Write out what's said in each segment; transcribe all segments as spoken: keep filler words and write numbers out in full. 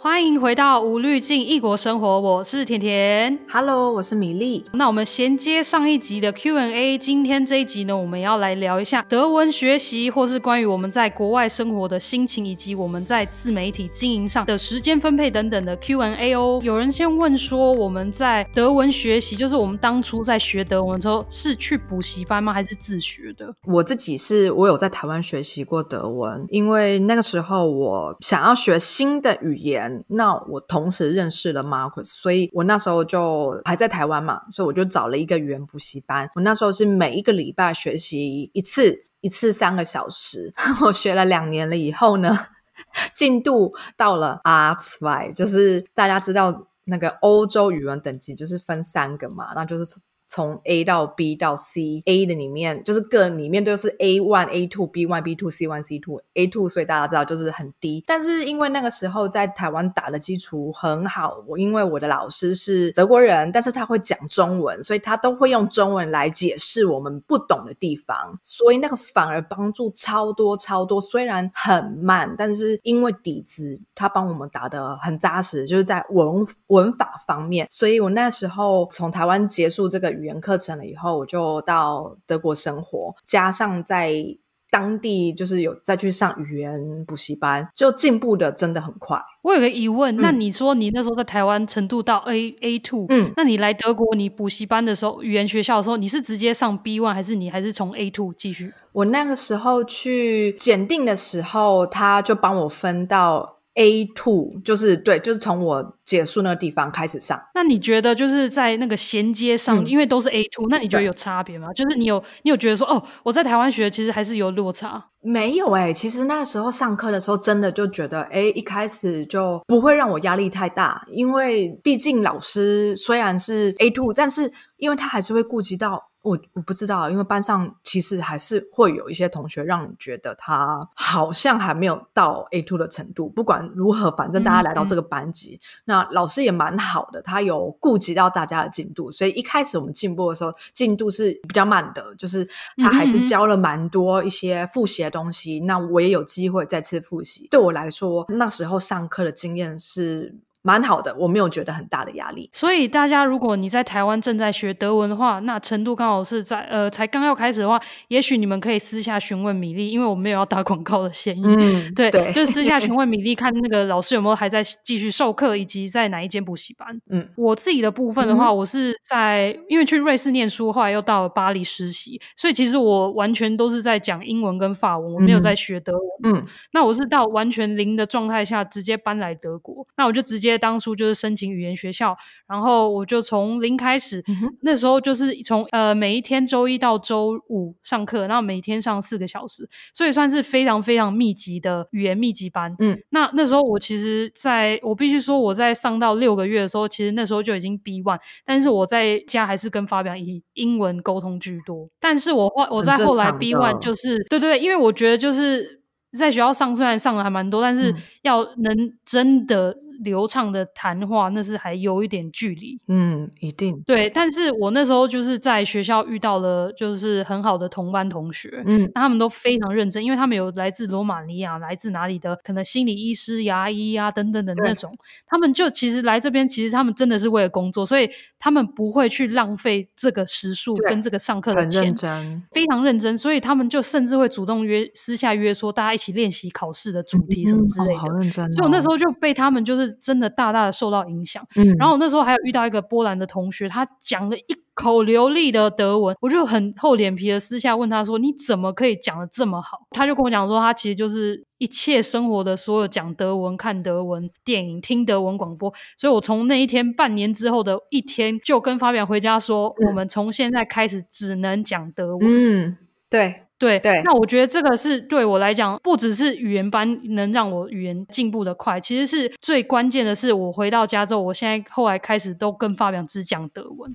欢迎回到无滤镜异国生活，我是甜甜。 Hello， 我是米粒。 那我们衔接上一集的 Q and A， 今天这一集呢，我们要来聊一下德文学习，或是关于我们在国外生活的心情，以及我们在自媒体经营上的时间分配等等的 Q and A 哦。有人先问说，我们在德文学习，就是我们当初在学德文的时候，是去补习班吗？还是自学的？ 我自己是我有在台湾学习过德文，因为那个时候我想要学新的语言，那我同时认识了 Marcus， 所以我那时候就还在台湾嘛，所以我就找了一个语言补习班。我那时候是每一个礼拜学习一次，一次三个小时。我学了两年了以后呢，进度到了 R 二， 就是大家知道那个欧洲语文等级就是分三个嘛，那就是从 A 到 B 到 C， A 的里面就是个里面都是 A 一 A 二 B 一 B 二 C 一 C 二 A 二， 所以大家知道就是很低。但是因为那个时候在台湾打的基础很好，我因为我的老师是德国人，但是他会讲中文，所以他都会用中文来解释我们不懂的地方，所以那个反而帮助超多超多。虽然很慢，但是因为底子他帮我们打得很扎实，就是在文文法方面。所以我那时候从台湾结束这个语言课程了以后，我就到德国生活，加上在当地就是有再去上语言补习班，就进步的真的很快。 我有个疑问、 嗯、 那你说你那时候在台湾程度到 A A 二，嗯，那你来德国你补习班的时候，语言学校的时候，你是直接上 B 一 还是你还是从 A 二 继续？ 我那个时候去检定的时候，他就帮我分到A 二， 就是对，就是从我结束那个地方开始上。 那你觉得就是在那个衔接上、嗯、因为都是 A 二， 那你觉得有差别吗？就是你有你有觉得说哦，我在台湾学其实还是有落差？ 没有欸，其实那个时候上课的时候真的就觉得诶一开始就不会让我压力太大，因为毕竟老师虽然是 A 二， 但是因为他还是会顾及到我我不知道，因为班上其实还是会有一些同学让你觉得他好像还没有到 A 二 的程度。不管如何，反正大家来到这个班级、嗯、那老师也蛮好的，他有顾及到大家的进度，所以一开始我们进步的时候进度是比较慢的，就是他还是教了蛮多一些复习的东西、嗯、那我也有机会再次复习。对我来说那时候上课的经验是蛮好的，我没有觉得很大的压力。 所以大家如果你在台湾正在学德文的话，那程度刚好是在呃才刚要开始的话，也许你们可以私下询问米粒，因为我没有要打广告的嫌疑、嗯、对, 对就是私下询问米粒看那个老师有没有还在继续授课，以及在哪一间补习班。嗯，我自己的部分的话、嗯、我是在因为去瑞士念书，后来又到了巴黎实习，所以其实我完全都是在讲英文跟法文，我没有在学德文。嗯，那我是到完全零的状态下直接搬来德国，那我就直接当初就是申请语言学校，然后我就从零开始、嗯、那时候就是从呃每一天周一到周五上课，然后每天上四个小时，所以算是非常非常密集的语言密集班。嗯，那那时候我其实在我必须说我在上到六个月的时候，其实那时候就已经 B 一， 但是我在家还是跟发表以英文沟通居多。但是我我在后来 B 一 就是对对对，因为我觉得就是在学校上虽然上的还蛮多，但是要能真的流畅的谈话那是还有一点距离。 嗯，一定对。但是我那时候就是在学校遇到了就是很好的同班同学，嗯，他们都非常认真，因为他们有来自罗马尼亚，来自哪里的可能心理医师、牙医啊等等的那种，他们就其实来这边其实他们真的是为了工作，所以他们不会去浪费这个时数跟这个上课的钱， 很认真， 非常认真，所以他们就甚至会主动约私下约说大家一起练习考试的主题什么之类的、嗯哦、好认真哦。所以我那时候就被他们就是真的大大的受到影响、嗯、然后我那时候还有遇到一个波兰的同学，他讲了一口流利的德文，我就很厚脸皮的私下问他说你怎么可以讲得这么好。他就跟我讲说他其实就是一切生活的所有讲德文、看德文电影、听德文广播，所以我从那一天半年之后的一天就跟发表回家说、嗯、我们从现在开始只能讲德文。 嗯，对对对， 那我觉得这个是对我来讲不只是语言班能让我语言进步的快，其实是最关键的是我回到家之后，我现在后来开始都跟发表只讲德文。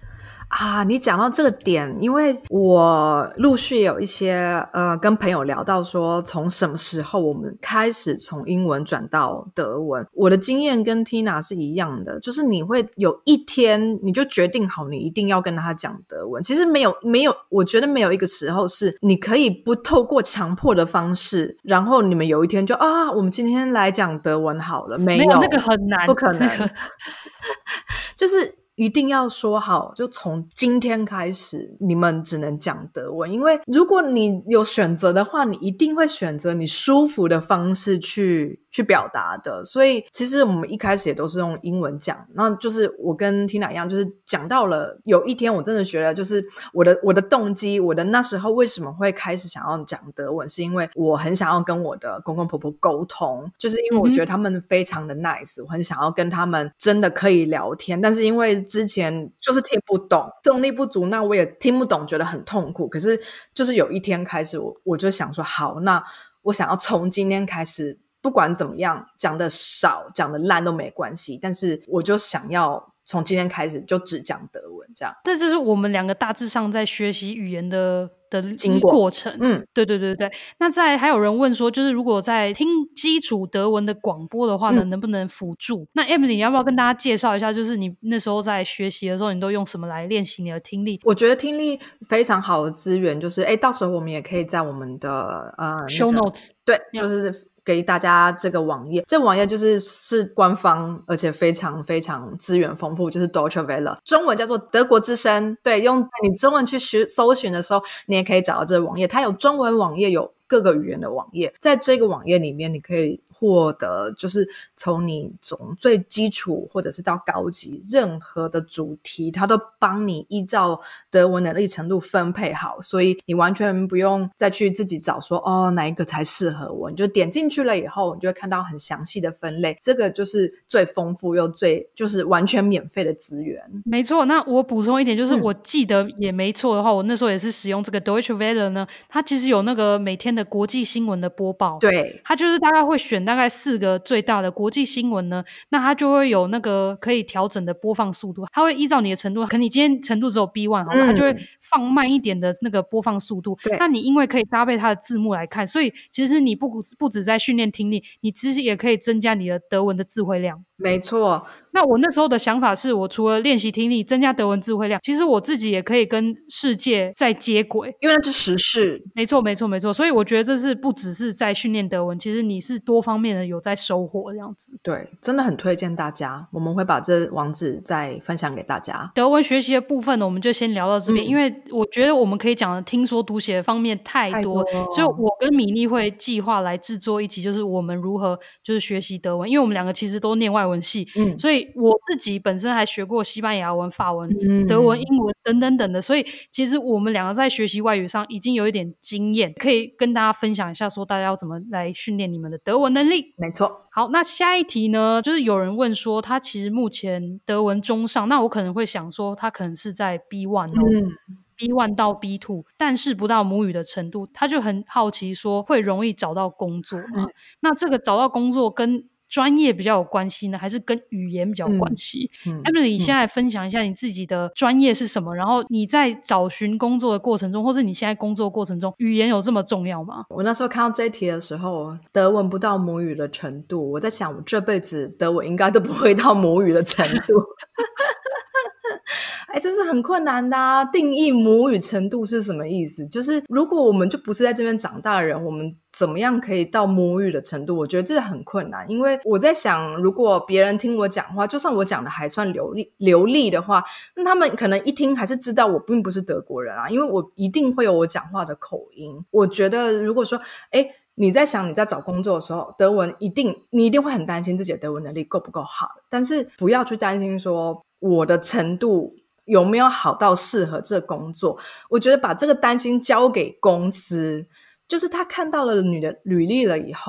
啊，你讲到这个点，因为我陆续有一些呃跟朋友聊到说，从什么时候我们开始从英文转到德文。我的经验跟 Tina 是一样的，就是你会有一天你就决定好你一定要跟他讲德文。其实没有没有，我觉得没有一个时候是你可以不透过强迫的方式，然后你们有一天就啊，我们今天来讲德文好了。没有， 没有那个很难， 不可能。就是一定要说好，就从今天开始你们只能讲德文，因为如果你有选择的话，你一定会选择你舒服的方式去去表达的。所以其实我们一开始也都是用英文讲，那就是我跟 Tina 一样，就是讲到了有一天我真的觉得，就是我的我的动机，我的那时候为什么会开始想要讲德文，是因为我很想要跟我的公公婆婆沟通，就是因为我觉得他们非常的 nice， 我很想要跟他们真的可以聊天，但是因为之前就是听不懂，动力不足，那我也听不懂，觉得很痛苦。可是就是有一天开始，我我就想说，好，那我想要从今天开始，不管怎么样，讲的少讲的烂都没关系，但是我就想要从今天开始就只讲德文，这样。 这就是我们两个大致上在学习语言的的经过过程。 嗯， 对对对对。那再还有人问说，就是如果在听基础德文的广播的话呢，嗯、能不能辅助？那 Emily 你要不要跟大家介绍一下，就是你那时候在学习的时候，你都用什么来练习你的听力？ 我觉得听力非常好的资源就是，哎，到时候我们也可以在我们的呃、那個、 show notes， 对，就是给大家这个网页，这网页就是是官方，而且非常非常资源丰富，就是 Deutsche Welle， 中文叫做德国之声。对，用你中文去学搜寻的时候，你也可以找到这个网页。它有中文网页，有各个语言的网页。在这个网页里面，你可以获得就是从你从最基础或者是到高级任何的主题，它都帮你依照德文能力程度分配好，所以你完全不用再去自己找说哦哪一个才适合我，你就点进去了以后，你就会看到很详细的分类。这个就是最丰富又最就是完全免费的资源。 没错，那我补充一点，就是我记得也没错的话、嗯、我那时候也是使用这个 Deutsche Welle 呢，它其实有那个每天的国际新闻的播报。 对， 它就是大概会选大概四个最大的国际新闻呢，那它就会有那个可以调整的播放速度，它会依照你的程度，可能你今天程度只有 B 一 好了、嗯、它就会放慢一点的那个播放速度。那你因为可以搭配它的字幕来看，所以其实你不不只在训练听力，你其实也可以增加你的德文的词汇量。 没错， 那我那时候的想法是，我除了练习听力增加德文词汇量，其实我自己也可以跟世界在接轨， 因为那是时事。 没错没错没错，所以我觉得这是不只是在训练德文，其实你是多方面的有在收获这样子。 对，真的很推荐大家，我们会把这网址再分享给大家。 德文学习的部分呢，我们就先聊到这边、嗯、因为我觉得我们可以讲的听说读写方面太多, 太多所以我跟米粒会计划来制作一集，就是我们如何就是学习德文，因为我们两个其实都念外文系、嗯、所以我自己本身还学过西班牙文、法文、嗯、德文、英文等等等的，所以其实我们两个在学习外语上已经有一点经验，可以跟大家分享一下说大家要怎么来训练你们的德文能力。 没错。 好，那下一题呢，就是有人问说他其实目前德文中上，那我可能会想说他可能是在 B 一 哦、嗯、B 一 到 B 二， 但是不到母语的程度，他就很好奇说会容易找到工作吗、嗯、那这个找到工作跟专业比较有关系呢，还是跟语言比较有关系、嗯嗯、Emily 你先来分享一下你自己的专业是什么、嗯、然后你在找寻工作的过程中，或是你现在工作的过程中，语言有这么重要吗？ 我那时候看到这一题的时候，德文不到母语的程度，我在想我这辈子德文应该都不会到母语的程度哎，这是很困难的啊！定义母语程度是什么意思？就是如果我们就不是在这边长大的人，我们怎么样可以到母语的程度？我觉得这很困难，因为我在想，如果别人听我讲话，就算我讲的还算流利流利的话，那他们可能一听还是知道我并不是德国人啊，因为我一定会有我讲话的口音。我觉得如果说，哎，你在想你在找工作的时候，德文一定你一定会很担心自己的德文能力够不够好，但是不要去担心说我的程度有没有好到适合这工作。我觉得把这个担心交给公司，就是他看到了你的履历了以后，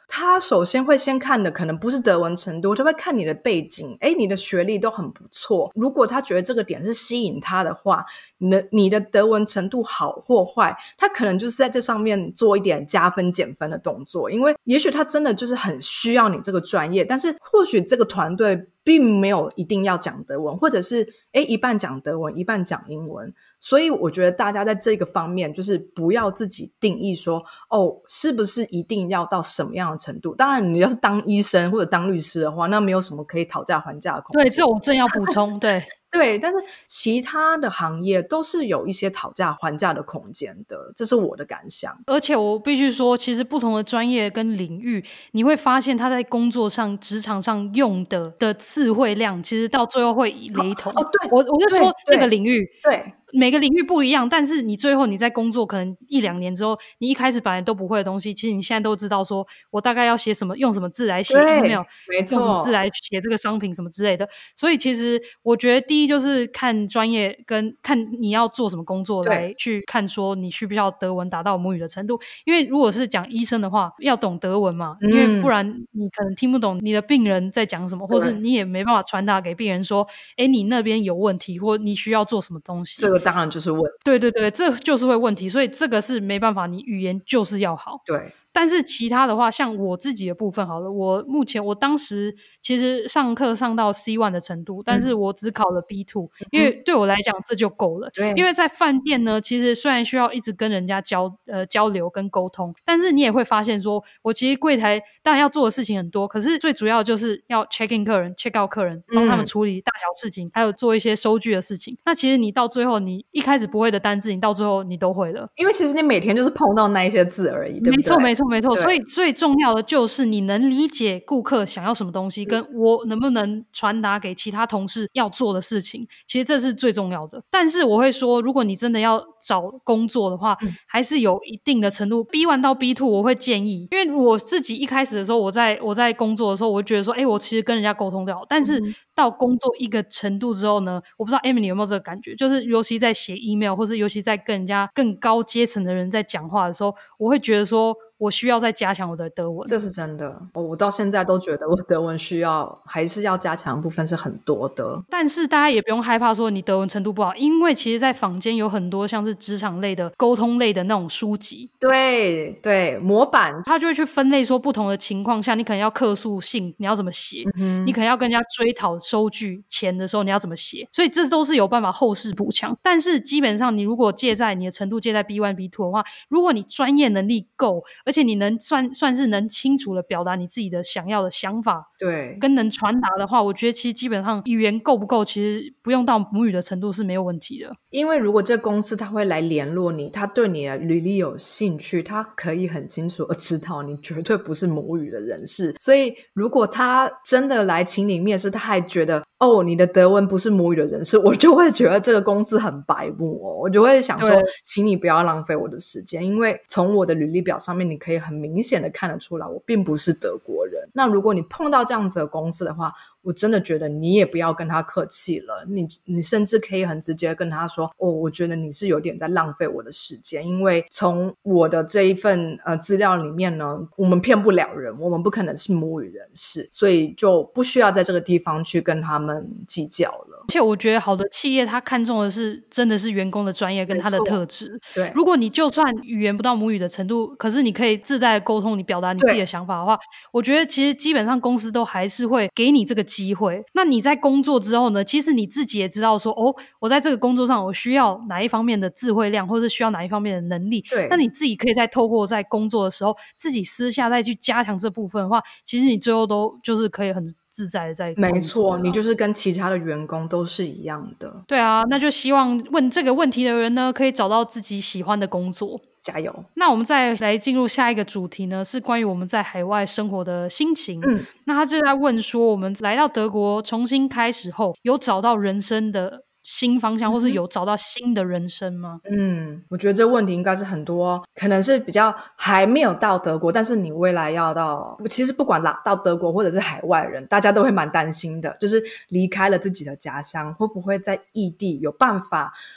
他首先会先看的可能不是德文程度，他会看你的背景，诶，你的学历都很不错，如果他觉得这个点是吸引他的话，你的你的德文程度好或坏，他可能就是在这上面做一点加分减分的动作，因为也许他真的就是很需要你这个专业，但是或许这个团队并没有一定要讲德文，或者是诶一半讲德文一半讲英文，所以我觉得大家在这个方面就是不要自己定义说哦是不是一定要到什么样的程度，当然你要是当医生或者当律师的话，那没有什么可以讨价还价的空间。 对，这我正要补充对对，但是其他的行业都是有一些讨价还价的空间的，这是我的感想。 而且我必须说，其实不同的专业跟领域，你会发现他在工作上职场上用的的词汇量其实到最后会雷同。 哦，对， 我我是说那个领域， 对， 每个领域不一样，但是你最后你在工作可能一两年之后，你一开始本来都不会的东西，其实你现在都知道说我大概要写什么，用什么字来写 email， 没错， 用什么字来写这个商品什么之类的。所以其实我觉得第一就是看专业跟看你要做什么工作来去看说你需不需要德文达到母语的程度。因为如果是讲医生的话，要懂德文嘛，嗯，因为不然你可能听不懂你的病人在讲什么，或是你也没办法传达给病人说诶你那边有问题，或你需要做什么东西。 这个当然就是问题。 对对对，这就是会问题，所以这个是没办法，你语言就是要好。 对。 但是其他的话，像我自己的部分好了，我目前我当时其实上课上到 C 一 的程度，但是我只考了 B 二、嗯、因为对我来讲这就够了。 对， 因为在饭店呢，其实虽然需要一直跟人家交呃交流跟沟通，但是你也会发现说，我其实柜台当然要做的事情很多，可是最主要就是要 check in 客人 check out 客人，帮他们处理大小事情、嗯、还有做一些收据的事情。那其实你到最后你一开始不会的单字，你到最后你都会了， 因为其实你每天就是碰到那一些字而已，对不对？ 没错没错没错。所以最重要的就是你能理解顾客想要什么东西，跟我能不能传达给其他同事要做的事情，其实这是最重要的。但是我会说，如果你真的要找工作的话、嗯、还是有一定的程度 B 一 到 B 二 我会建议，因为我自己一开始的时候我在我在工作的时候我就觉得说诶我其实跟人家沟通就好，但是到工作一个程度之后呢，我不知道 Emily 有没有这个感觉，就是尤其在写 email 或是尤其在跟人家更高阶层的人在讲话的时候，我会觉得说我需要再加强我的德文。 这是真的，我到现在都觉得我德文需要还是要加强的部分是很多的。 但是大家也不用害怕说你德文程度不好，因为其实在坊间有很多像是职场类的沟通类的那种书籍， 对对，模板他就会去分类说不同的情况下你可能要客诉信你要怎么写、嗯、你可能要跟人家追讨收据钱的时候你要怎么写，所以这都是有办法后事补强。但是基本上你如果介在你的程度介在 B 一 B 二 的话，如果你专业能力够，而且你能算算是能清楚的表达你自己的想要的想法， 对， 跟能传达的话，我觉得其实基本上语言够不够其实不用到母语的程度是没有问题的。 因为如果这公司他会来联络你，他对你的履历有兴趣，他可以很清楚的知道你绝对不是母语的人士，所以如果他真的来请你面试，他还觉得哦你的德文不是母语的人士，我就会觉得这个公司很白目哦，我就会想说请你不要浪费我的时间，因为从我的履历表上面你可以很明显的看得出来我并不是德国人。那如果你碰到这样子的公司的话，我真的觉得你也不要跟他客气了，你你甚至可以很直接跟他说哦，我觉得你是有点在浪费我的时间，因为从我的这一份呃资料里面呢，我们骗不了人，我们不可能是母语人士，所以就不需要在这个地方去跟他们计较了。 而且我觉得好的企业他看重的是真的是员工的专业跟他的特质。 对， 如果你就算语言不到母语的程度，可是你可以自在沟通，你表达你自己的想法的话，我觉得其实基本上公司都还是会给你这个机会。那你在工作之后呢，其实你自己也知道说哦，我在这个工作上我需要哪一方面的智慧量，或是需要哪一方面的能力， 对， 那你自己可以再透过在工作的时候自己私下再去加强这部分的话，其实你最后都就是可以很自在的在工作。 没错，你就是跟其他的员工都是一样的。 对啊，那就希望问这个问题的人呢，可以找到自己喜欢的工作。 加油。 那我们再来进入下一个主题呢，是关于我们在海外生活的心情。嗯，那他就在问说，我们来到德国重新开始后，有找到人生的新方向，或是有找到新的人生吗？ 嗯，我觉得这个问题应该是很多可能是比较还没有到德国，但是你未来要到，其实不管到德国或者是海外人，大家都会蛮担心的，就是离开了自己的家乡，会不会在异地有办法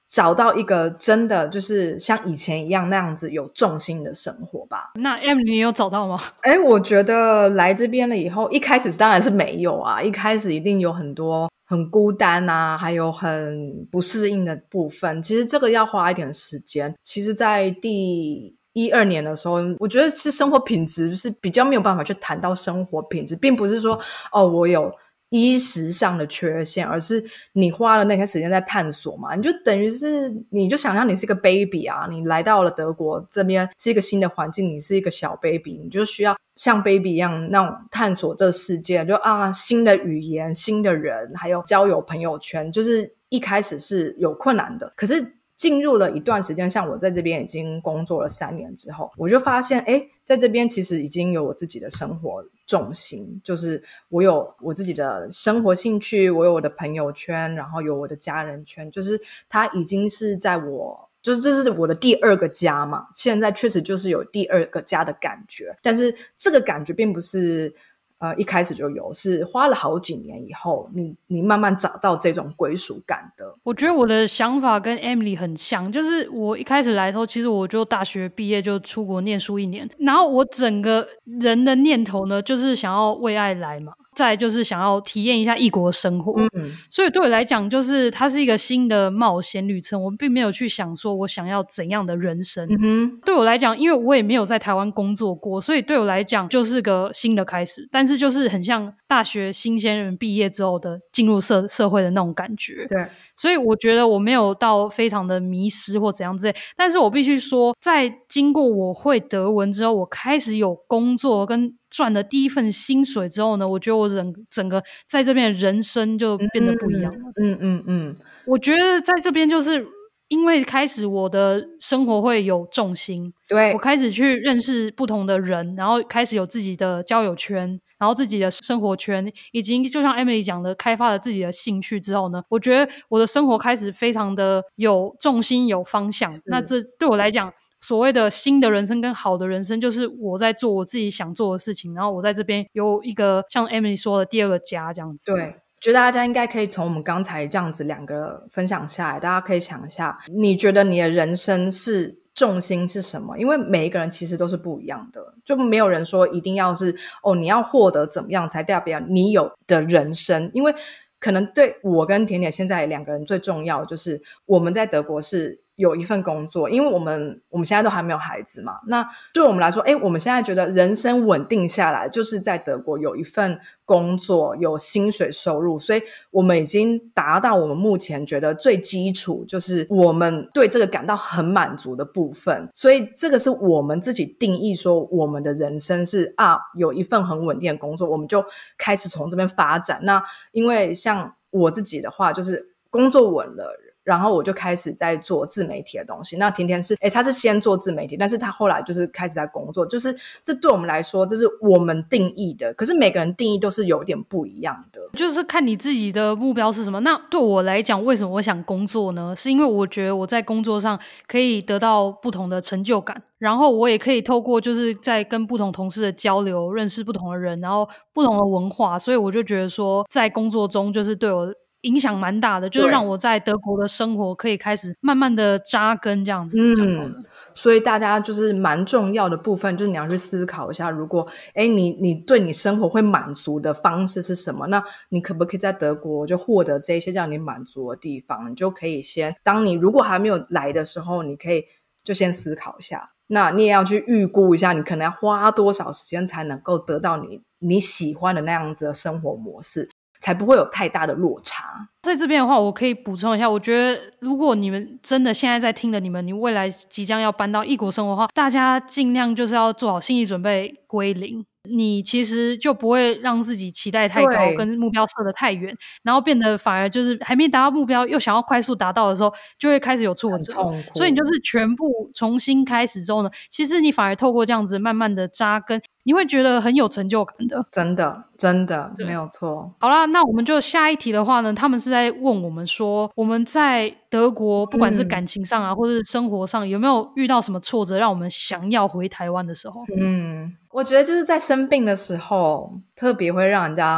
找到一个真的就是像以前一样那样子有重心的生活吧。 那 Emily 你有找到吗？ 诶，我觉得来这边了以后，一开始当然是没有啊，一开始一定有很多很孤单啊，还有很不适应的部分，其实这个要花一点时间。其实在第一二年的时候，我觉得是生活品质是比较没有办法去谈到生活品质，并不是说哦我有衣食上的缺陷，而是你花了那些时间在探索嘛，你就等于是你就想象你是一个 baby 啊，你来到了德国这边是一个新的环境，你是一个小 baby， 你就需要像 baby 一样那种探索这世界，就啊新的语言新的人还有交友朋友圈，就是一开始是有困难的。可是进入了一段时间，像我在这边已经工作了三年之后，我就发现诶在这边其实已经有我自己的生活重心，就是我有我自己的生活兴趣，我有我的朋友圈，然后有我的家人圈，就是它已经是在我就是这是我的第二个家嘛，现在确实就是有第二个家的感觉，但是这个感觉并不是呃，一开始就有，是花了好几年以后你你慢慢找到这种归属感的。 我觉得我的想法跟 Emily 很像，就是我一开始来的时候，其实我就大学毕业就出国念书一年，然后我整个人的念头呢就是想要为爱来嘛，再来就是想要体验一下异国生活。嗯，所以对我来讲就是它是一个新的冒险旅程，我并没有去想说我想要怎样的人生。嗯哼，对我来讲因为我也没有在台湾工作过，所以对我来讲就是个新的开始，但是就是很像大学新鲜人毕业之后的进入社社会的那种感觉。 对， 所以我觉得我没有到非常的迷失或怎样之类，但是我必须说在经过我会德文之后，我开始有工作跟赚的第一份薪水之后呢，我觉得我整整个在这边的人生就变得不一样了。 嗯嗯嗯， 我觉得在这边就是因为开始我的生活会有重心， 对， 我开始去认识不同的人，然后开始有自己的交友圈，然后自己的生活圈，以及就像 Emily 讲的开发了自己的兴趣之后呢，我觉得我的生活开始非常的有重心有方向。那这对我来讲所谓的新的人生跟好的人生，就是我在做我自己想做的事情，然后我在这边有一个像 Emily 说的第二个家这样子。 对，觉得大家应该可以从我们刚才这样子两个分享下来，大家可以想一下你觉得你的人生是重心是什么，因为每一个人其实都是不一样的，就没有人说一定要是哦你要获得怎么样才代表你有的人生，因为可能对我跟甜甜现在两个人最重要的就是我们在德国是有一份工作，因为我们我们现在都还没有孩子嘛，那对我们来说诶我们现在觉得人生稳定下来就是在德国有一份工作有薪水收入，所以我们已经达到我们目前觉得最基础就是我们对这个感到很满足的部分，所以这个是我们自己定义说我们的人生是啊有一份很稳定的工作，我们就开始从这边发展。那因为像我自己的话就是工作稳了，然后我就开始在做自媒体的东西，那甜甜是诶他是先做自媒体，但是他后来就是开始在工作，就是这对我们来说这是我们定义的，可是每个人定义都是有点不一样的， 就是看你自己的目标是什么。那对我来讲为什么我想工作呢，是因为我觉得我在工作上可以得到不同的成就感，然后我也可以透过就是在跟不同同事的交流认识不同的人，然后不同的文化，所以我就觉得说在工作中就是对我影响蛮大的，就是让我在德国的生活可以开始慢慢的扎根这样子。 嗯，所以大家就是蛮重要的部分就是你要去思考一下，如果诶你你对你生活会满足的方式是什么，那你可不可以在德国就获得这些让你满足的地方，你就可以先当你如果还没有来的时候，你可以就先思考一下，那你也要去预估一下你可能要花多少时间才能够得到你你喜欢的那样子的生活模式，才不会有太大的落差。 在这边的话我可以补充一下，我觉得如果你们真的现在在听的你们，你未来即将要搬到异国生活的话，大家尽量就是要做好心理准备归零，你其实就不会让自己期待太高跟目标设得太远，然后变得反而就是还没达到目标又想要快速达到的时候就会开始有挫折，所以你就是全部重新开始之后呢，其实你反而透过这样子慢慢的扎根，你会觉得很有成就感的。 真的真的没有错。 好啦，那我们就下一题的话呢，他们是在问我们说我们在德国不管是感情上啊、嗯、或是生活上有没有遇到什么挫折让我们想要回台湾的时候。 嗯，我觉得就是在生病的时候特别会让人家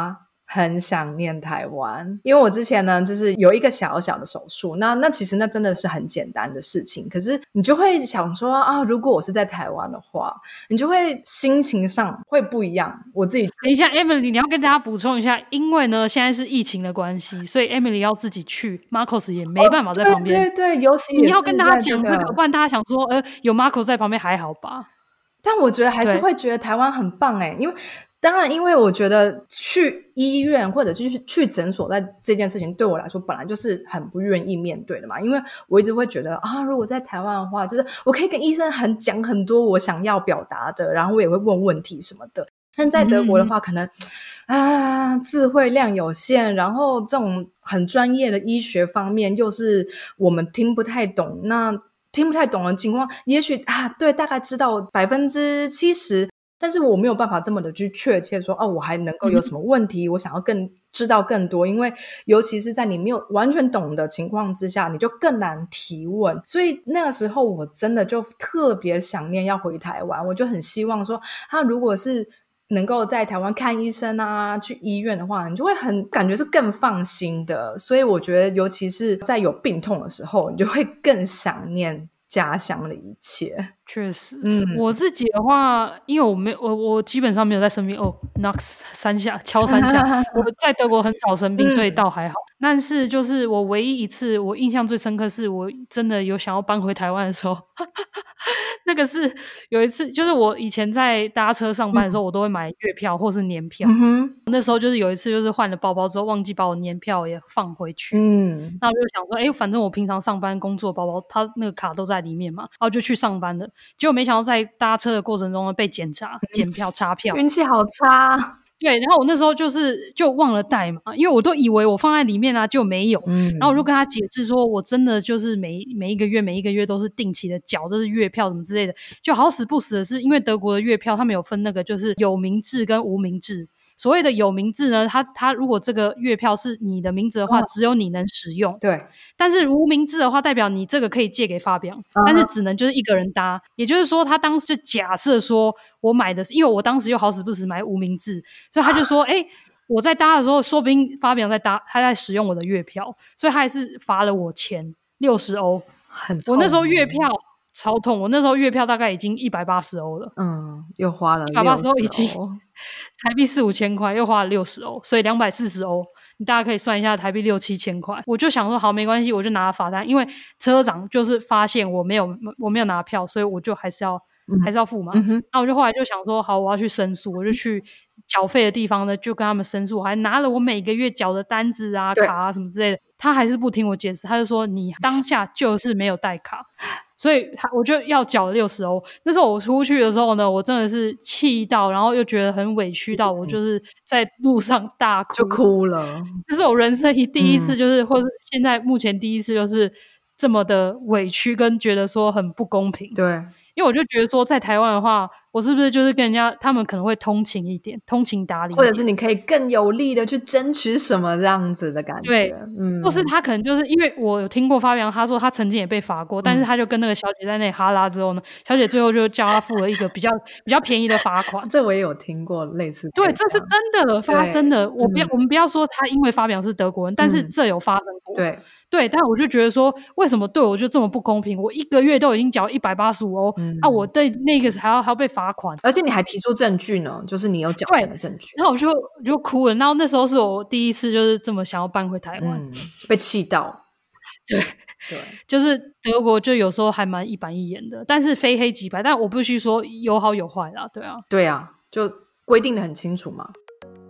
很想念台湾，因为我之前呢就是有一个小小的手术，那那其实那真的是很简单的事情，可是你就会想说啊，如果我是在台湾的话，你就会心情上会不一样。我自己等一下 Emily 你要跟大家补充一下，因为呢现在是疫情的关系，所以 Emily 要自己去， Marcos 也没办法在旁边、 哦、对对对，尤其也是、这个、 你要跟大家讲这个，不然大家想说呃，有 Marcos 在旁边还好吧， 但我觉得还是会觉得台湾很棒耶，因为当然因为我觉得去医院或者是去诊所在这件事情对我来说本来就是很不愿意面对的嘛，因为我一直会觉得啊，如果在台湾的话就是我可以跟医生很讲很多我想要表达的，然后我也会问问题什么的，但在德国的话可能、嗯、啊智慧量有限，然后这种很专业的医学方面又是我们听不太懂，那听不太懂的情况也许啊对大概知道百分之七十，但是我没有办法这么的去确切说哦，我还能够有什么问题、嗯、我想要更知道更多，因为尤其是在你没有完全懂的情况之下，你就更难提问，所以那个时候我真的就特别想念要回台湾，我就很希望说他如果是能够在台湾看医生啊去医院的话，你就会很感觉是更放心的，所以我觉得尤其是在有病痛的时候，你就会更想念家乡的一切。 确实， 嗯， 我自己的话，因为我没我我基本上没有在生病哦 ，knock 三下敲三下，我在德国很少生病，所以倒还好。但是就是我唯一一次我印象最深刻是我真的有想要搬回台湾的时候那个是有一次就是我以前在搭车上班的时候、嗯、我都会买月票或是年票、嗯、哼那时候就是有一次就是换了包包之后忘记把我年票也放回去，嗯，那我就想说哎，反正我平常上班工作包包它那个卡都在里面嘛，然后就去上班了，结果没想到在搭车的过程中呢被检查检票查票， 运气好差。 对，然后我那时候就是就忘了带嘛，因为我都以为我放在里面啊就没有、嗯、然后我就跟他解释说我真的就是每每一个月每一个月都是定期的缴，这是月票什么之类的，就好死不死的是因为德国的月票他们有分那个就是有名制跟无名制，所谓的有名制呢，它它如果这个月票是你的名字的话、哦、只有你能使用， 对， 但是无名制的话代表你这个可以借给发表、uh-huh. 但是只能就是一个人搭，也就是说他当时就假设说我买的是，因为我当时又好死不死买无名制，所以他就说哎、欸，我在搭的时候说不定发表在搭他在使用我的月票，所以他还是罚了我钱六十欧， 很痛， 我那时候月票超痛，我那时候月票大概已经一百八十欧了， 嗯，又花了一百八十欧已经台币四五千块，又花了六十欧，所以两百四十欧，你大家可以算一下台币六七千块。我就想说好没关系，我就拿了罚单，因为车长就是发现我没有我没有拿票，所以我就还是要、嗯、还是要付嘛、嗯、那我就后来就想说好我要去申诉，我就去缴费的地方呢就跟他们申诉，我还拿了我每个月缴的单子啊卡啊什么之类的，他还是不听我解释，他就说你当下就是没有带卡所以我就要缴六十欧。那时候我出去的时候呢，我真的是气到，然后又觉得很委屈到，我就是在路上大哭， 就哭了。 这是我人生第一次，就是、嗯、或是现在目前第一次，就是这么的委屈，跟觉得说很不公平。 对。 因为我就觉得说在台湾的话我是不是就是跟人家他们可能会通情一点，通情达理一点， 或者是你可以更有力的去争取什么这样子的感觉。 对，嗯，或是他可能就是因为我有听过发表他说他曾经也被罚过、嗯、但是他就跟那个小姐在那里哈拉之后呢，小姐最后就叫他付了一个比较比较便宜的罚款这我也有听过类似的， 对，这是真的发生的。我不要、嗯、我们不要说他因为发表是德国人、嗯、但是这有发生过， 对对，但我就觉得说为什么对我就这么不公平，我一个月都已经缴一百八十五欧、嗯、啊，我对那个还要还要被罚款， 而且你还提出证据呢，就是你有缴钱的证据。 然后我就我就哭了，然后那时候是我第一次就是这么想要搬回台湾、嗯、 被气到对对，就是德国就有时候还蛮一板一眼的，但是非黑即白，但我必须说有好有坏啦，对啊对啊，就规定的很清楚嘛。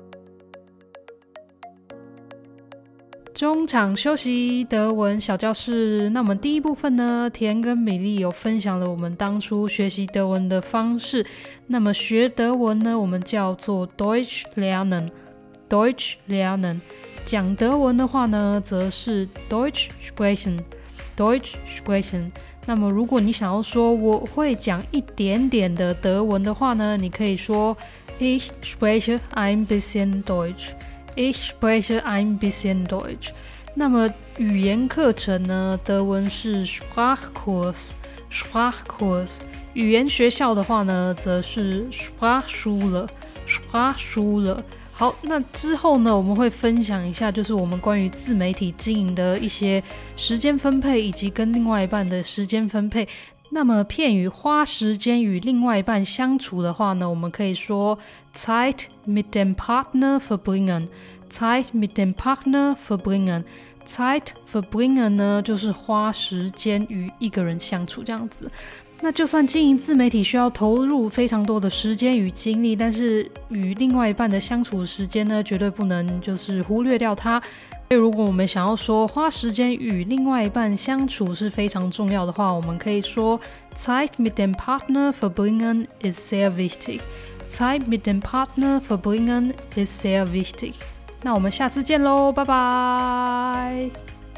中场休息，德文小教室。那我们第一部分呢，田跟米粒有分享了我们当初学习德文的方式。那么学德文呢，我们叫做 Deutsch lernen Deutsch lernen。 讲德文的话呢，则是 Deutsch sprechen Deutsch sprechen。 那么如果你想要说我会讲一点点的德文的话呢，你可以说 Ich spreche ein bisschen Deutsch Ich spreche ein bisschen Deutsch。 那么语言课程呢，德文是 Sprachkurs Sprachkurs。 语言学校的话呢，则是 Sprachschule Sprachschule。 好，那之后呢，我们会分享一下就是我们关于自媒体经营的一些时间分配，以及跟另外一半的时间分配。那么片语花时间与另外一半相处的话呢，我们可以说 Zeit mit dem Partner verbringen Zeit mit dem Partner verbringen Zeit verbringen 呢就是花时间与一个人相处这样子。那就算经营自媒体需要投入非常多的时间与精力，但是与另外一半的相处时间呢，绝对不能就是忽略掉它。所以如果我们想要说花时间与另外一半相处是非常重要的话，我们可以说 Zeit mit dem Partner verbringen ist sehr wichtig Zeit mit dem Partner verbringen ist sehr wichtig。 那我们下次见咯，拜拜。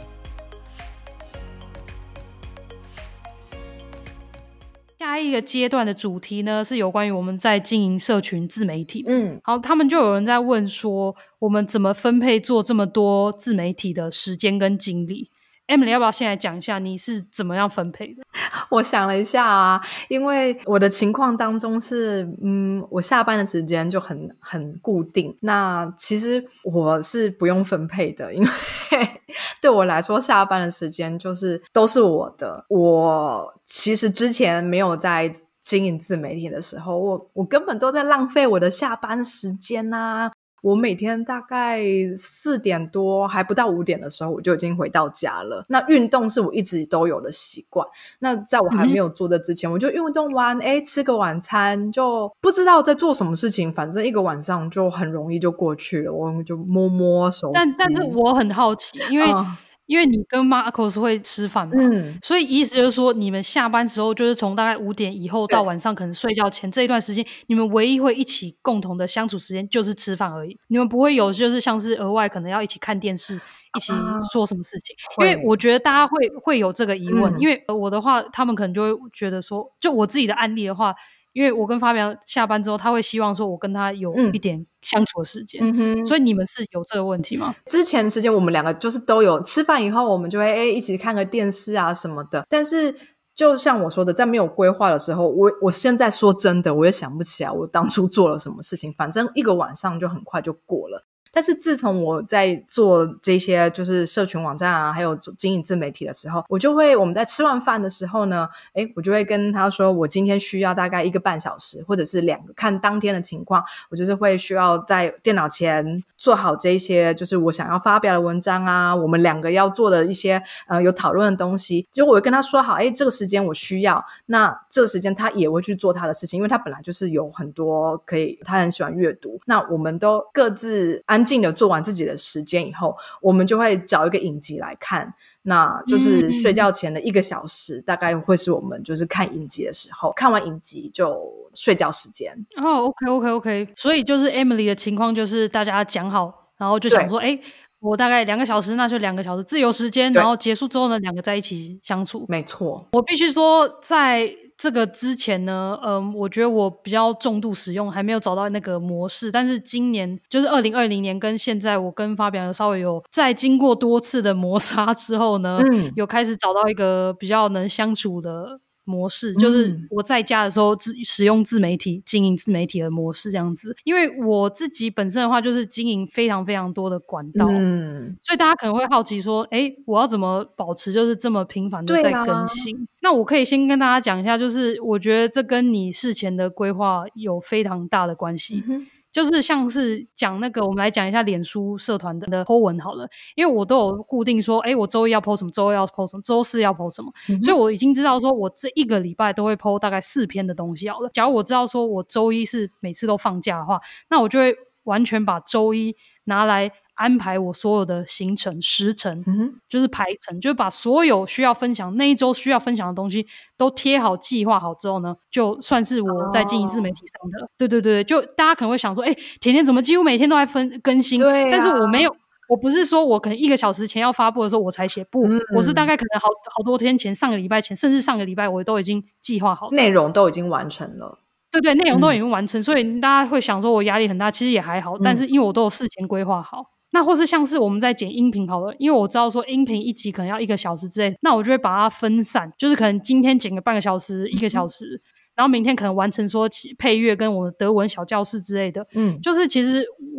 下一个阶段的主题呢，是有关于我们在经营社群自媒体。嗯，好，他们就有人在问说，我们怎么分配做这么多自媒体的时间跟精力？Emily 要不要先来讲一下你是怎么样分配的？ 我想了一下啊，因为我的情况当中是嗯，我下班的时间就很很固定，那其实我是不用分配的，因为对我来说下班的时间就是都是我的。我其实之前没有在经营自媒体的时候，我我根本都在浪费我的下班时间啊。我每天大概四点多还不到五点的时候我就已经回到家了。那运动是我一直都有的习惯，那在我还没有做的之前、嗯、我就运动完诶吃个晚餐，就不知道在做什么事情，反正一个晚上就很容易就过去了，我就摸摸手机。 但但是我很好奇，因为、嗯因为你跟 Marcos 会吃饭嘛、嗯，所以意思就是说你们下班之后就是从大概五点以后到晚上可能睡觉前这一段时间，你们唯一会一起共同的相处时间就是吃饭而已，你们不会有就是像是额外可能要一起看电视一起做什么事情、啊、因为我觉得大家会会有这个疑问、嗯、因为我的话他们可能就会觉得说，就我自己的案例的话，因为我跟发表下班之后他会希望说我跟他有一点相处的时间、嗯、所以你们是有这个问题吗？ 之前的时间我们两个就是都有，吃饭以后我们就会诶一起看个电视啊什么的，但是就像我说的，在没有规划的时候，我我现在说真的我也想不起来我当初做了什么事情，反正一个晚上就很快就过了。但是自从我在做这些就是社群网站啊还有经营自媒体的时候，我就会我们在吃完饭的时候呢，诶我就会跟他说我今天需要大概一个半小时或者是两个，看当天的情况，我就是会需要在电脑前做好这些就是我想要发表的文章啊，我们两个要做的一些呃有讨论的东西，结果我会跟他说好，诶这个时间我需要，那这个时间他也会去做他的事情，因为他本来就是有很多可以，他很喜欢阅读，那我们都各自安静的做完自己的时间以后，我们就会找一个影集来看，那就是睡觉前的一个小时、嗯、大概会是我们就是看影集的时候，看完影集就睡觉时间。 哦 OK OK OK， 所以就是 Emily 的情况就是大家讲好，然后就想说诶我大概两个小时，那就两个小时自由时间，然后结束之后呢两个在一起相处。 没错， 我必须说在这个之前呢嗯，我觉得我比较重度使用，还没有找到那个模式，但是今年就是二零二零年跟现在我跟发表稍微有在经过多次的磨砂之后呢、嗯、有开始找到一个比较能相处的模式，就是我在家的时候自使用自媒体经营自媒体的模式这样子。因为我自己本身的话就是经营非常非常多的管道、嗯、所以大家可能会好奇说诶我要怎么保持就是这么频繁的在更新、啊、那我可以先跟大家讲一下，就是我觉得这跟你事前的规划有非常大的关系、嗯就是像是讲那个我们来讲一下脸书社团的 po 文好了，因为我都有固定说诶我周一要 po 什么，周二要 po 什么，周四要 po 什么、嗯、所以我已经知道说我这一个礼拜都会 po 大概四篇的东西好了。假如我知道说我周一是每次都放假的话，那我就会完全把周一拿来安排我所有的行程时程、嗯、就是排程，就是把所有需要分享那一周需要分享的东西都贴好计划好之后呢，就算是我在经营自媒体上的、哦、对对对，就大家可能会想说诶甜甜怎么几乎每天都在分更新、啊、但是我没有，我不是说我可能一个小时前要发布的时候我才写，不、嗯、我是大概可能好好多天前，上个礼拜前甚至上个礼拜我都已经计划好， 内容都已经完成了， 对对，内容都已经完成、嗯、所以大家会想说我压力很大，其实也还好、嗯、但是因为我都有事前规划好。那或是像是我们在剪音频好了，因为我知道说音频一集可能要一个小时之类，那我就会把它分散，就是可能今天剪个半个小时一个小时、嗯、然后明天可能完成说配乐跟我的德文小教室之类的。嗯，就是其实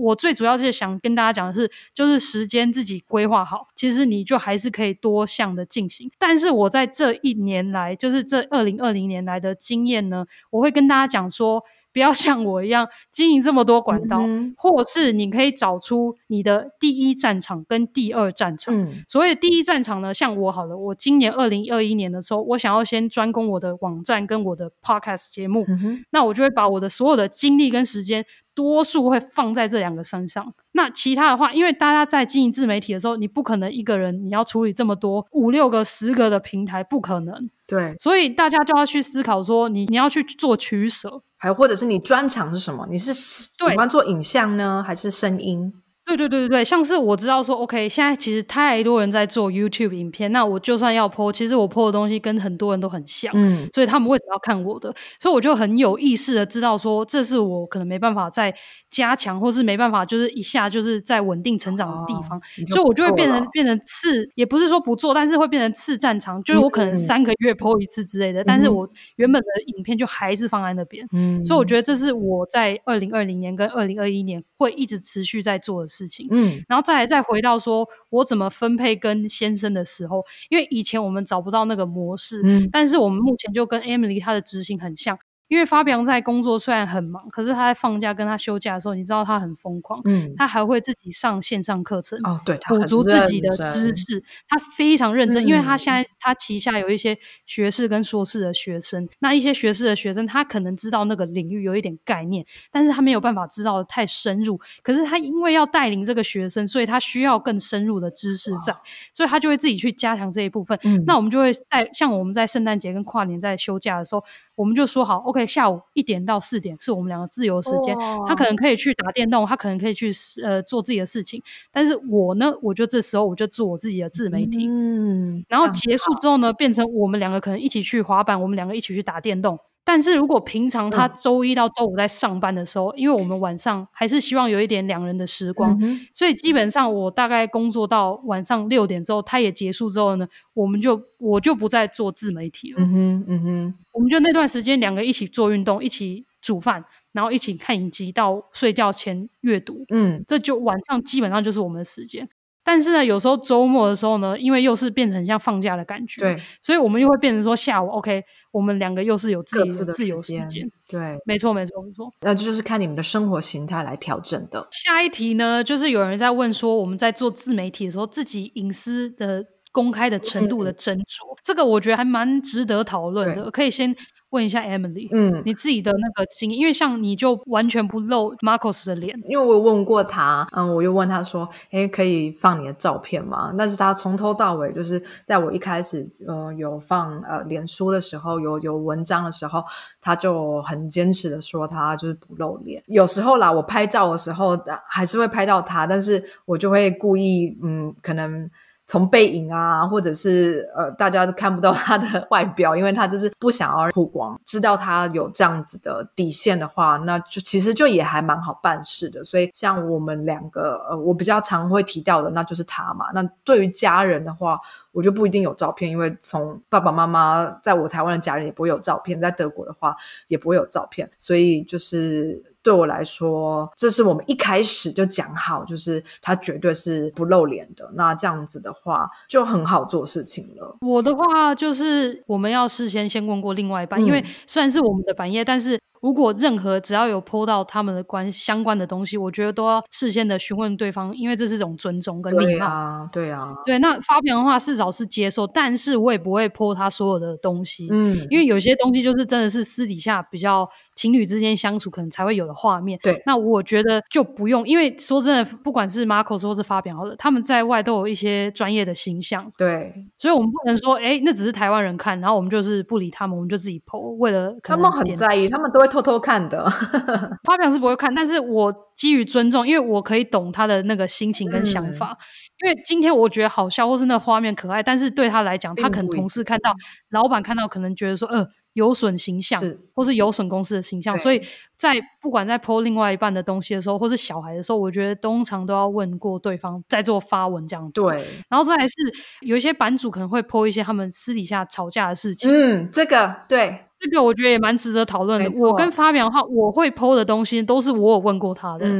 我最主要是想跟大家讲的是，就是时间自己规划好，其实你就还是可以多项的进行。但是我在这一年来，就是这二零二零年来的经验呢，我会跟大家讲说，不要像我一样经营这么多管道，嗯、或是你可以找出你的第一战场跟第二战场。嗯、所谓的第一战场呢，像我好了，我今年二零二一年的时候，我想要先专攻我的网站跟我的 podcast 节目，嗯、那我就会把我的所有的精力跟时间多数会放在这两个身上。那其他的话，因为大家在经营自媒体的时候，你不可能一个人你要处理这么多五六个十个的平台，不可能。 对， 所以大家就要去思考说你你要去做取舍， 还有或者是你专长是什么？你是喜欢做影像呢，还是声音？ 对对对对对，像是我知道说 OK 现在其实太多人在做 YouTube 影片，那我就算要 po， 其实我 po 的东西跟很多人都很像，嗯，所以他们为什么要看我的？所以我就很有意识的知道说这是我可能没办法再加强，或是没办法就是一下就是在稳定成长的地方，哦、所以我就会变成变成次，也不是说不做，但是会变成次战场，就是我可能三个月 po 一次之类的，嗯、但是我原本的影片就还是放在那边，嗯，所以我觉得这是我在二零二零年跟二零二一年会一直持续在做的事情。嗯，然后再来再回到说我怎么分配跟先生的时候，因为以前我们找不到那个模式，嗯，但是我们目前就跟 Emily 她的执行很像。因为发表在工作虽然很忙，可是他在放假跟他休假的时候，你知道他很疯狂，嗯，他还会自己上线上课程， 哦，对， 补足自己的知识，他非常认真，嗯、因为他现在他旗下有一些学士跟硕士的学生，那一些学士的学生，他可能知道那个领域有一点概念，但是他没有办法知道的太深入，可是他因为要带领这个学生，所以他需要更深入的知识在，所以他就会自己去加强这一部分。嗯、那我们就会在像我们在圣诞节跟跨年在休假的时候，我们就说好 OK。下午一点到四点是我们两个自由时间，他可能可以去打电动，他可能可以去呃做自己的事情，但是我呢，我就这时候我就做我自己的自媒体，嗯，然后结束之后呢，变成我们两个可能一起去滑板，我们两个一起去打电动。但是如果平常他周一到周五在上班的时候，嗯、因为我们晚上还是希望有一点两人的时光，嗯、所以基本上我大概工作到晚上六点之后，他也结束之后呢，我们就我就不再做自媒体了。嗯哼，嗯哼，我们就那段时间两个一起做运动，一起煮饭，然后一起看影集，到睡觉前阅读。嗯，这就晚上基本上就是我们的时间。但是呢，有时候周末的时候呢，因为又是变成像放假的感觉， 对， 所以我们又会变成说下午 OK， 我们两个又是有自己的自由时间， 对， 没错没错没错。 那这就是看你们的生活形态来调整的。 下一题呢，就是有人在问说，我们在做自媒体的时候，自己隐私的公开的程度的斟酌，嗯、这个我觉得还蛮值得讨论的。可以先问一下 Emily， 嗯，你自己的那个经验，因为像你就完全不露 Marcos 的脸， 因为我有问过他，嗯，我又问他说，诶，可以放你的照片吗？但是他从头到尾就是在我一开始呃有放呃脸书的时候，有有文章的时候，他就很坚持的说他就是不露脸。有时候啦，我拍照的时候还是会拍到他，但是我就会故意嗯可能从背影啊，或者是呃，大家都看不到他的外表，因为他就是不想要曝光。知道他有这样子的底线的话，那就其实就也还蛮好办事的。所以像我们两个，呃，我比较常会提到的，那就是他嘛。那对于家人的话，我就不一定有照片，因为从爸爸妈妈在我台湾的家人也不会有照片，在德国的话也不会有照片，所以就是对我来说，这是我们一开始就讲好，就是他绝对是不露脸的。那这样子的话就很好做事情了。 我的话就是我们要事先先问过另外一半，嗯、因为虽然是我们的版页，但是如果任何只要有 po 到他们的关相关的东西，我觉得都要事先的询问对方，因为这是一种尊重跟礼貌。 对啊，对啊， 对。那发表的话，至少是接受，但是我也不会 po 他所有的东西，嗯，因为有些东西就是真的是私底下比较情侣之间相处可能才会有的画面。 对， 那我觉得就不用，因为说真的，不管是 Marcos 或是发表好了，他们在外都有一些专业的形象， 对， 所以我们不能说，哎，那只是台湾人看，然后我们就是不理他们，我们就自己 po， 为了可能他们很在意，他们都会偷偷看的。 发表是不会看，但是我基于尊重，因为我可以懂他的那个心情跟想法。嗯、因为今天我觉得好笑，或是那画面可爱，但是对他来讲，他可能同事看到、老板看到，可能觉得说，呃，有损形象，或是有损公司的形象。所以在不管在 po 另外一半的东西的时候，或是小孩的时候，我觉得通常都要问过对方再做发文这样子。 对， 然后再来是有一些版主可能会 po 一些他们私底下吵架的事情。 嗯，这个对。 这个我觉得也蛮值得讨论的。我跟发表的话，我会 po 的东西都是我有问过他的，嗯，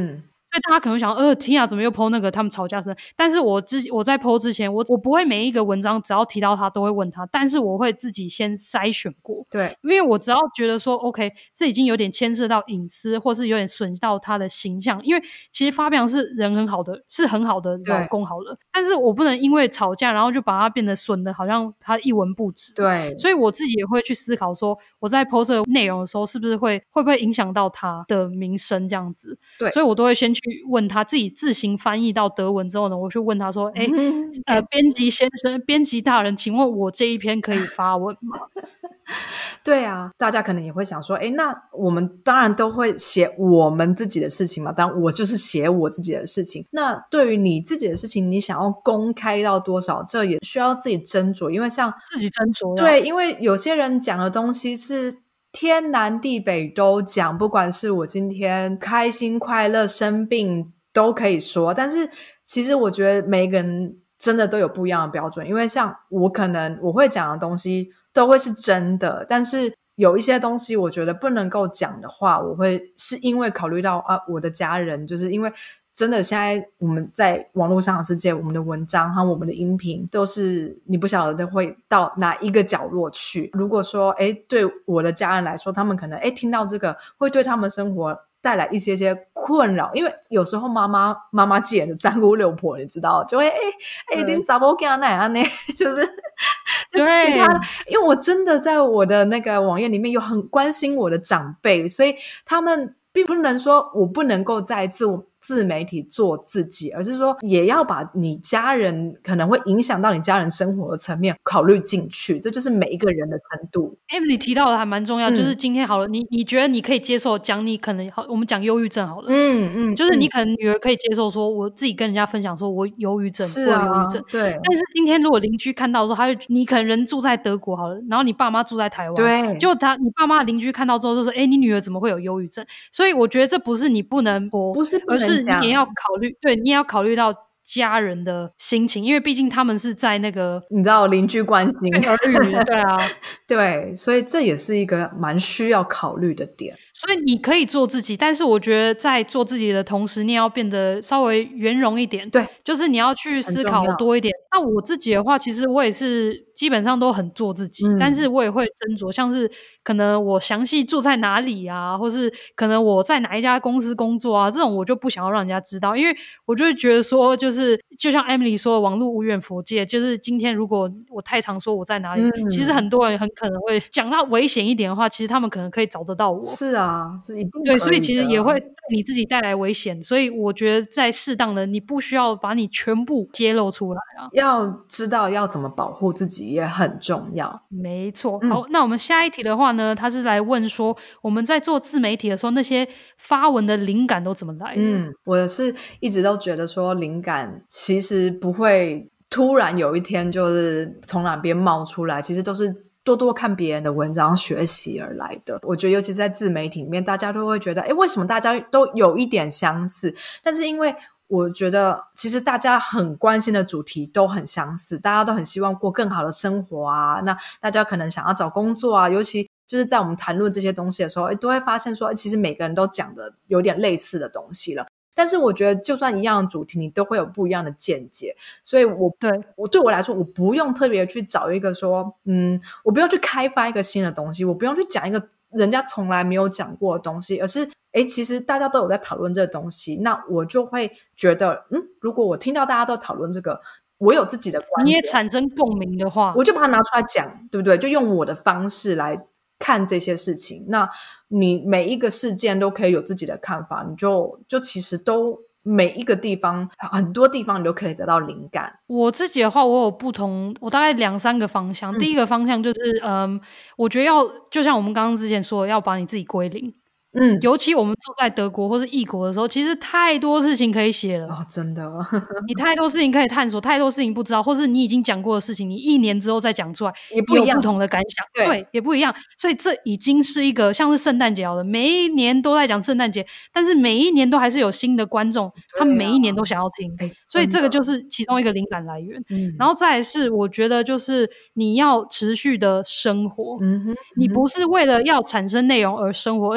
所以大家可能想呃天啊怎么又 po 那个他们吵架声，但是我之我在 po 之前我我不会每一个文章只要提到他都会问他，但是我会自己先筛选过， 对， 因为我只要觉得说 OK 这已经有点牵涉到隐私或是有点损到他的形象，因为其实发表是人很好的是很好的老公好了，但是我不能因为吵架然后就把他变得损的好像他一文不值， 对， 所以我自己也会去思考说我在 po 这个内容的时候是不是会会不会影响到他的名声这样子， 对， 所以我都会先去问他，自己自行翻译到德文之后呢，我去问他说诶呃，编辑先生编辑大人请问我这一篇可以发文吗？ 对啊，大家可能也会想说诶那我们当然都会写我们自己的事情嘛，当然我就是写我自己的事情，那对于你自己的事情你想要公开到多少，这也需要自己斟酌，因为像自己斟酌对，因为有些人讲的东西是天南地北都讲，不管是我今天开心快乐生病都可以说，但是其实我觉得每一个人真的都有不一样的标准，因为像我可能我会讲的东西都会是真的，但是有一些东西我觉得不能够讲的话，我会是因为考虑到啊我的家人，就是因为真的现在我们在网络上的世界，我们的文章和我们的音频都是你不晓得会到哪一个角落去，如果说诶对我的家人来说，他们可能诶听到这个会对他们生活带来一些些困扰，因为有时候妈妈妈妈姐的三姑六婆你知道就会诶诶你查某囝哪样呢就是对， 因为我真的在我的那个网页里面有很关心我的长辈，所以他们并不能说我不能够在自我自媒体做自己，而是说也要把你家人可能会影响到你家人生活的层面考虑进去，这就是每一个人的程度。 Emily 提到的还蛮重要、嗯、就是今天好了，你你觉得你可以接受讲你可能好，我们讲忧郁症好了，嗯嗯，就是你可能女儿可以接受说我自己跟人家分享说我忧郁症， 是啊， 我有忧郁症， 对， 但是今天如果邻居看到说他就你可能人住在德国好了，然后你爸妈住在台湾， 对， 就他你爸妈的邻居看到之后就说诶你女儿怎么会有忧郁症，所以我觉得这不是你不能播， 不是不能讲， 而是你也要考虑，对，你也要考虑到家人的心情，因为毕竟他们是在那个你知道邻居关心对啊对，所以这也是一个蛮需要考虑的点。 所以你可以做自己，但是我觉得在做自己的同时你也要变得稍微圆融一点， 对， 就是你要去思考多一点。那我自己的话其实我也是基本上都很做自己、嗯、但是我也会斟酌，像是可能我详细住在哪里啊，或是可能我在哪一家公司工作啊，这种我就不想要让人家知道，因为我就会觉得说就是就像 Emily 说的网络无远弗届，就是今天如果我太常说我在哪里、嗯、其实很多人很可能会讲到危险一点的话，其实他们可能可以找得到我。 是啊，是一定可以的。 对，所以其实也会对你自己带来危险，所以我觉得在适当的你不需要把你全部揭露出来啊， 要知道要怎么保护自己也很重要。 没错。好、嗯、那我们下一题的话呢，他是来问说我们在做自媒体的时候那些发文的灵感都怎么来的。 嗯，我是一直都觉得说灵感其实不会突然有一天就是从哪边冒出来，其实都是多多看别人的文章学习而来的。我觉得尤其是在自媒体里面，大家都会觉得诶为什么大家都有一点相似，但是因为我觉得其实大家很关心的主题都很相似，大家都很希望过更好的生活啊，那大家可能想要找工作啊，尤其就是在我们谈论这些东西的时候诶都会发现说诶其实每个人都讲的有点类似的东西了，但是我觉得就算一样的主题你都会有不一样的见解，所以我对我对我来说我不用特别去找一个说嗯，我不用去开发一个新的东西，我不用去讲一个人家从来没有讲过的东西，而是诶其实大家都有在讨论这个东西，那我就会觉得嗯，如果我听到大家都讨论这个，我有自己的观点， 你也产生共鸣的话， 我就把它拿出来讲，对不对？就用我的方式来看这些事情，那你每一个事件都可以有自己的看法，你就就其实都每一个地方很多地方你都可以得到灵感。 我自己的话我有不同，我大概两三个方向、嗯、第一个方向就是嗯，我觉得要就像我们刚刚之前说的要把你自己归零，嗯，尤其我们住在德国或是异国的时候，其实太多事情可以写了哦，真的你太多事情可以探索，太多事情不知道，或是你已经讲过的事情你一年之后再讲出来也不一样， 有不同的感想， 对, 对也不一样，所以这已经是一个像是圣诞节好了，每一年都在讲圣诞节，但是每一年都还是有新的观众、啊、他们每一年都想要听、欸、所以这个就是其中一个灵感来源、嗯、然后再来是我觉得就是你要持续的生活、嗯哼嗯哼，你不是为了要产生内容而生活，而是你如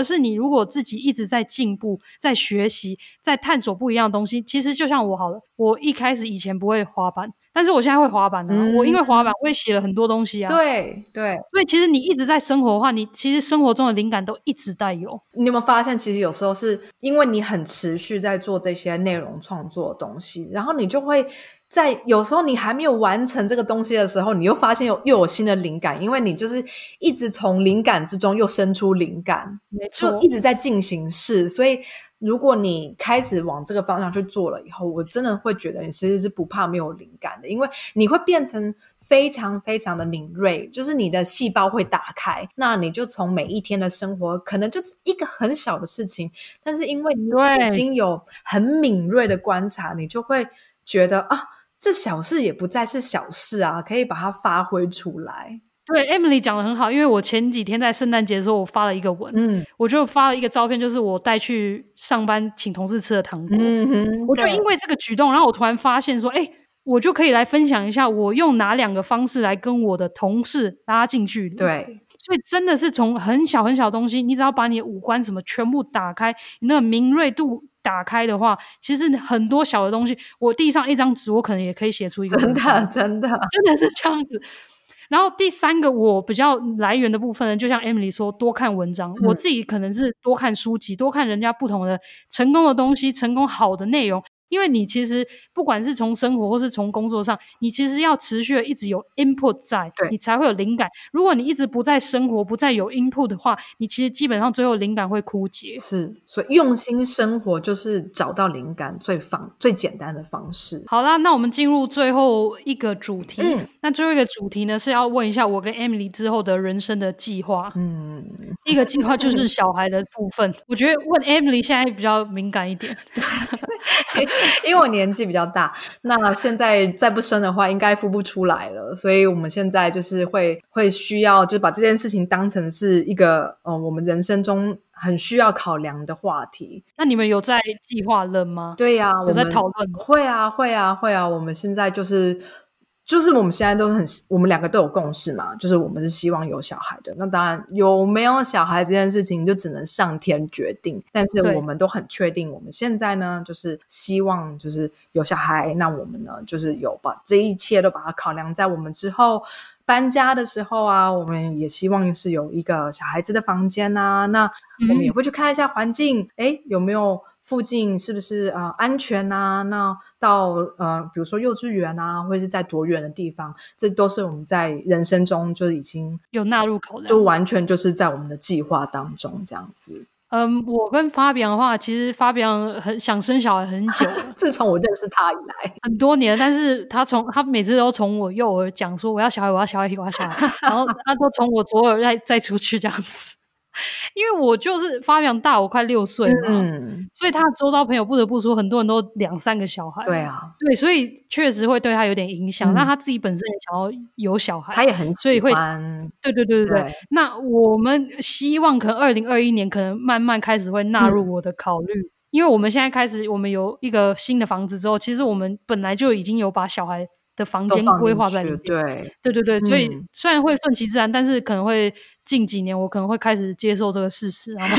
如果自己一直在进步，在学习，在探索不一样的东西，其实就像我好了，我一开始以前不会滑板，但是我现在会滑板啊、嗯、我因为滑板我也写了很多东西啊。 对对， 所以其实你一直在生活的话，你其实生活中的灵感都一直带有。 你有没有发现其实有时候是因为你很持续在做这些内容创作的东西，然后你就会在有时候你还没有完成这个东西的时候，你又发现有又有新的灵感，因为你就是一直从灵感之中又生出灵感， 没错， 就一直在进行式。所以如果你开始往这个方向去做了以后，我真的会觉得你其实是不怕没有灵感的，因为你会变成非常非常的敏锐，就是你的细胞会打开，那你就从每一天的生活可能就是一个很小的事情，但是因为你已经有很敏锐的观察，你就会觉得啊，这小事也不再是小事啊，可以把它发挥出来。 对 Emily 讲得很好，因为我前几天在圣诞节的时候我发了一个文，嗯，我就发了一个照片，就是我带去上班请同事吃的糖果，嗯哼，我就因为这个举动，然后我突然发现说，哎，我就可以来分享一下我用哪两个方式来跟我的同事拉近距离。 对， 所以真的是从很小很小的东西，你只要把你的五官什么全部打开，你那个敏锐度打开的话，其实很多小的东西，我地上一张纸我可能也可以写出一个真的真的真的是这样子。然后第三个我比较来源的部分呢，就像 Emily 说多看文章、嗯、我自己可能是多看书籍，多看人家不同的成功的东西，成功好的内容，因为你其实不管是从生活或是从工作上，你其实要持续的一直有 input 在，你才会有灵感。如果你一直不在生活，不再有 input 的话，你其实基本上最后灵感会枯竭。 是，所以用心生活就是找到灵感最方最简单的方式。 好啦，那我们进入最后一个主题、嗯、那最后一个主题呢是要问一下我跟 Emily 之后的人生的计划。嗯，第一个计划就是小孩的部分我觉得问 Emily 现在比较敏感一点因为我年纪比较大，那现在再不生的话应该孵不出来了，所以我们现在就是会会需要就把这件事情当成是一个、呃、我们人生中很需要考量的话题。 那你们有在计划了吗？ 对啊， 有在讨论？ 会啊会啊会啊，我们现在就是就是我们现在都很我们两个都有共识嘛，就是我们是希望有小孩的。那当然有没有小孩这件事情就只能上天决定，但是我们都很确定我们现在呢就是希望就是有小孩，那我们呢就是有把这一切都把它考量在我们之后搬家的时候啊，我们也希望是有一个小孩子的房间啊，那我们也会去看一下环境，诶，有没有附近是不是呃安全啊，那到呃比如说幼稚园啊，或者是在多远的地方，这都是我们在人生中就已经有纳入考量， 就完全就是在我们的计划当中这样子。 嗯，我跟发表的话，其实发表很想生小孩很久了自从我认识他以来很多年，但是他从他每次都从我右耳讲说我要小孩我要小孩我要小孩然后他都从我左耳再再出去这样子因为我就是发表大我快六岁嘛、嗯、所以他周遭朋友不得不说很多人都两三个小孩。 对啊， 对，所以确实会对他有点影响、嗯、那他自己本身也想要有小孩， 他也很喜欢， 所以会对对对对 对, 对那我们希望可能二零二一年可能慢慢开始会纳入我的考虑、嗯、因为我们现在开始我们有一个新的房子之后，其实我们本来就已经有把小孩的房间规划在里面， 对对对对，所以虽然会顺其自然、嗯、但是可能会近几年我可能会开始接受这个事实，然后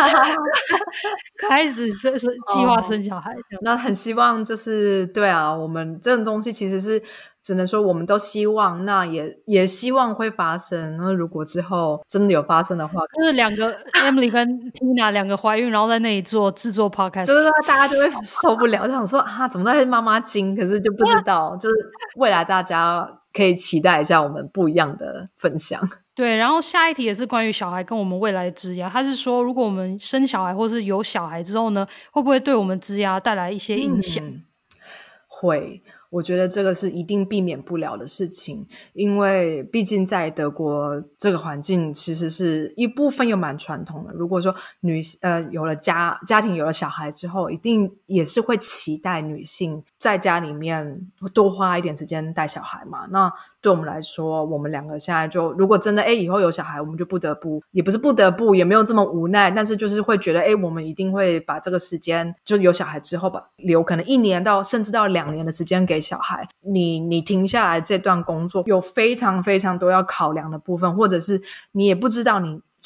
开始生计划生小孩、哦、 那很希望就是对啊，我们这种东西其实是只能说我们都希望，那也也希望会发生。那如果之后真的有发生的话， 就是两个 Emily 跟 Tina 两个怀孕然后在那里做制作 podcast， 就是说大家就会受不了就想说啊，怎么在妈妈经，可是就不知道就是未来大家可以期待一下我们不一样的分享。 对，然后下一题也是关于小孩跟我们未来的职涯，他是说如果我们生小孩或是有小孩之后呢，会不会对我们职涯带来一些影响、嗯、 会，我觉得这个是一定避免不了的事情，因为毕竟在德国这个环境其实是一部分又蛮传统的，如果说女呃有了家家庭有了小孩之后，一定也是会期待女性在家里面多花一点时间带小孩嘛。那对我们来说，我们两个现在就如果真的诶以后有小孩，我们就不得不也不是不得不也没有这么无奈，但是就是会觉得诶我们一定会把这个时间就有小孩之后吧，留可能一年到甚至到两年的时间给小孩，你你停下来这段工作有非常非常多要考量的部分，或者是你也不知道你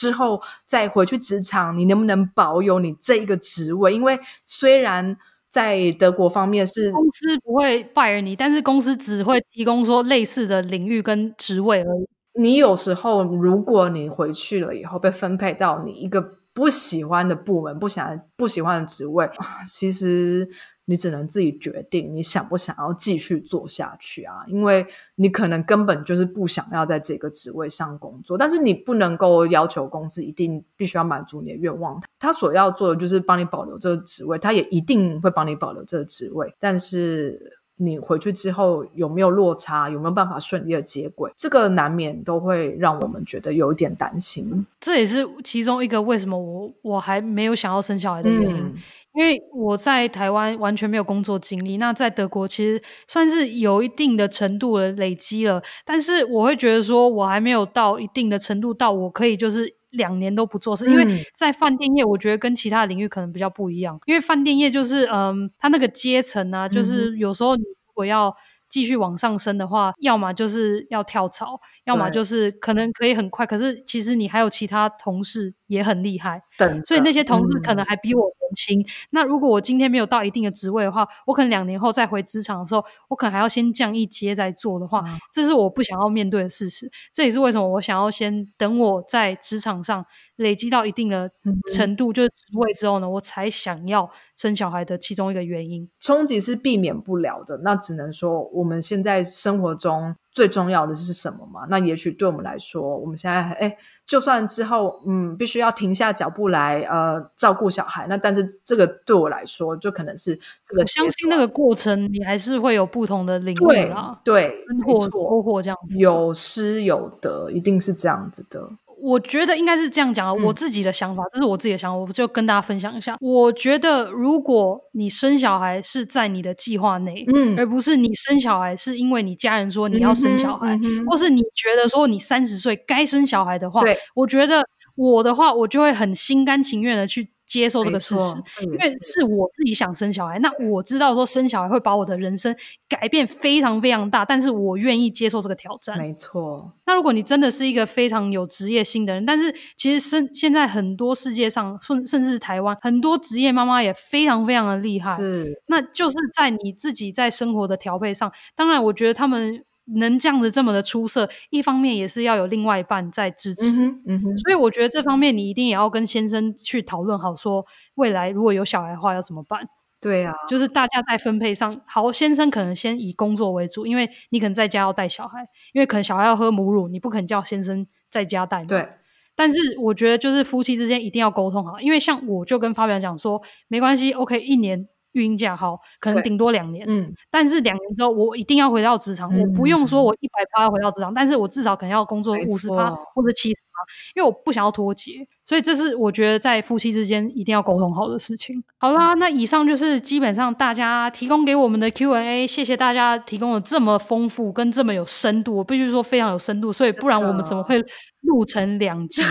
之后再回去职场，你能不能保有你这一个职位？因为虽然在德国方面是公司不会 fire 你，但是公司只会提供说类似的领域跟职位而已。 你有时候如果你回去了以后被分配到你一个不喜欢的部门，不想不喜欢的职位，其实你只能自己决定你想不想要继续做下去啊，因为你可能根本就是不想要在这个职位上工作，但是你不能够要求公司一定必须要满足你的愿望，他所要做的就是帮你保留这个职位，他也一定会帮你保留这个职位，但是你回去之后有没有落差，有没有办法顺利的接轨，这个难免都会让我们觉得有一点担心。 这也是其中一个为什么我我还没有想要生小孩的原因、嗯、因为我在台湾完全没有工作经历，那在德国其实算是有一定的程度的累积了，但是我会觉得说我还没有到一定的程度到我可以就是两年都不做事，因为在饭店业我觉得跟其他领域可能比较不一样，因为饭店业就是嗯，它那个阶层啊，就是有时候你如果要继续往上升的话，要么就是要跳槽，要么就是可能可以很快，可是其实你还有其他同事也很厉害，所以那些同事可能还比我年轻、嗯、那如果我今天没有到一定的职位的话，我可能两年后再回职场的时候，我可能还要先降一阶再做的话、嗯、这是我不想要面对的事实，这也是为什么我想要先等我在职场上累积到一定的程度、嗯、就是职位之后呢，我才想要生小孩的其中一个原因。 冲击是避免不了的，那只能说我们现在生活中最重要的是什么嘛？那也许对我们来说，我们现在哎，就算之后嗯必须要停下脚步来呃照顾小孩，那但是这个对我来说就可能是这个， 我相信那个过程你还是会有不同的领域啦， 对， 跟获收获这样子， 有失有得，一定是这样子的。 我觉得应该是这样讲啊、嗯，我自己的想法，这是我自己的想法，我就跟大家分享一下。我觉得如果你生小孩是在你的计划内、嗯，而不是你生小孩是因为你家人说你要生小孩、嗯、或是你觉得说你三十岁该生小孩的话，我觉得我的话我就会很心甘情愿的去接受这个事实，因为是我自己想生小孩，那我知道说生小孩会把我的人生改变非常非常大，但是我愿意接受这个挑战。 没错。 那如果你真的是一个非常有职业心的人，但是其实现在很多世界上甚至是台湾很多职业妈妈也非常非常的厉害， 是，那就是在你自己在生活的调配上，当然我觉得他们能这样子这么的出色，一方面也是要有另外一半在支持、嗯嗯、所以我觉得这方面你一定也要跟先生去讨论好，说未来如果有小孩的话要怎么办。 对啊， 就是大家在分配上，好，先生可能先以工作为主，因为你可能在家要带小孩，因为可能小孩要喝母乳，你不可能叫先生在家带嘛。 对， 但是我觉得就是夫妻之间一定要沟通好，因为像我就跟发表讲说没关系 OK 一年育婴假好，可能顶多两年，嗯，但是两年之后我一定要回到职场、嗯、我不用说我一百趴要回到职场，但是我至少可能要工作五十趴或者七十趴，因为我不想要脱节，所以这是我觉得在夫妻之间一定要沟通好的事情。好啦，那以上就是基本上大家提供给我们的 Q and A， 谢谢大家提供的这么丰富跟这么有深度，我必须说非常有深度，所以不然我们怎么会录成两集？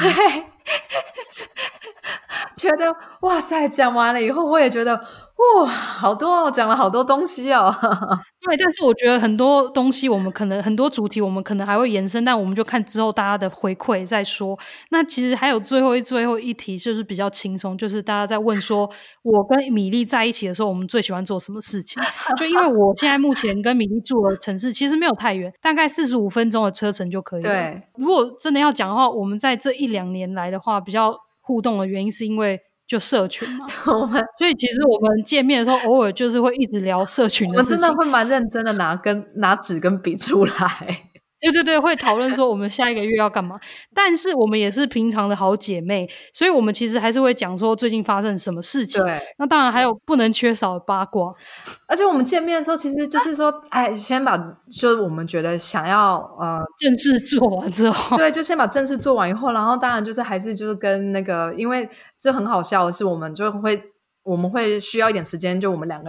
觉得哇塞，讲完了以后我也觉得哇，好多哦，讲了好多东西哦。 对，但是我觉得很多东西我们可能很多主题我们可能还会延伸，但我们就看之后大家的回馈再说。那其实还有最后一最后一题就是比较轻松，就是大家在问说我跟米粒在一起的时候我们最喜欢做什么事情。就因为我现在目前跟米粒住的城市其实没有太远，大概四十五分钟的车程就可以了。 对， 如果真的要讲的话，我们在这一两年来的话比较互动的原因是因为就社群嘛，所以其实我们见面的时候偶尔就是会一直聊社群的事情， 我们真的会蛮认真的拿跟拿纸跟笔出来， 对对对，会讨论说我们下一个月要干嘛。但是我们也是平常的好姐妹，所以我们其实还是会讲说最近发生什么事情。 对， 那当然还有不能缺少的八卦。 而且我们见面的时候，其实就是说，哎，先把就是我们觉得想要呃正事做完之后， 对，就先把正事做完以后，然后当然就是还是就是跟那个，因为这很好笑的是，我们就会我们会需要一点时间，就我们两个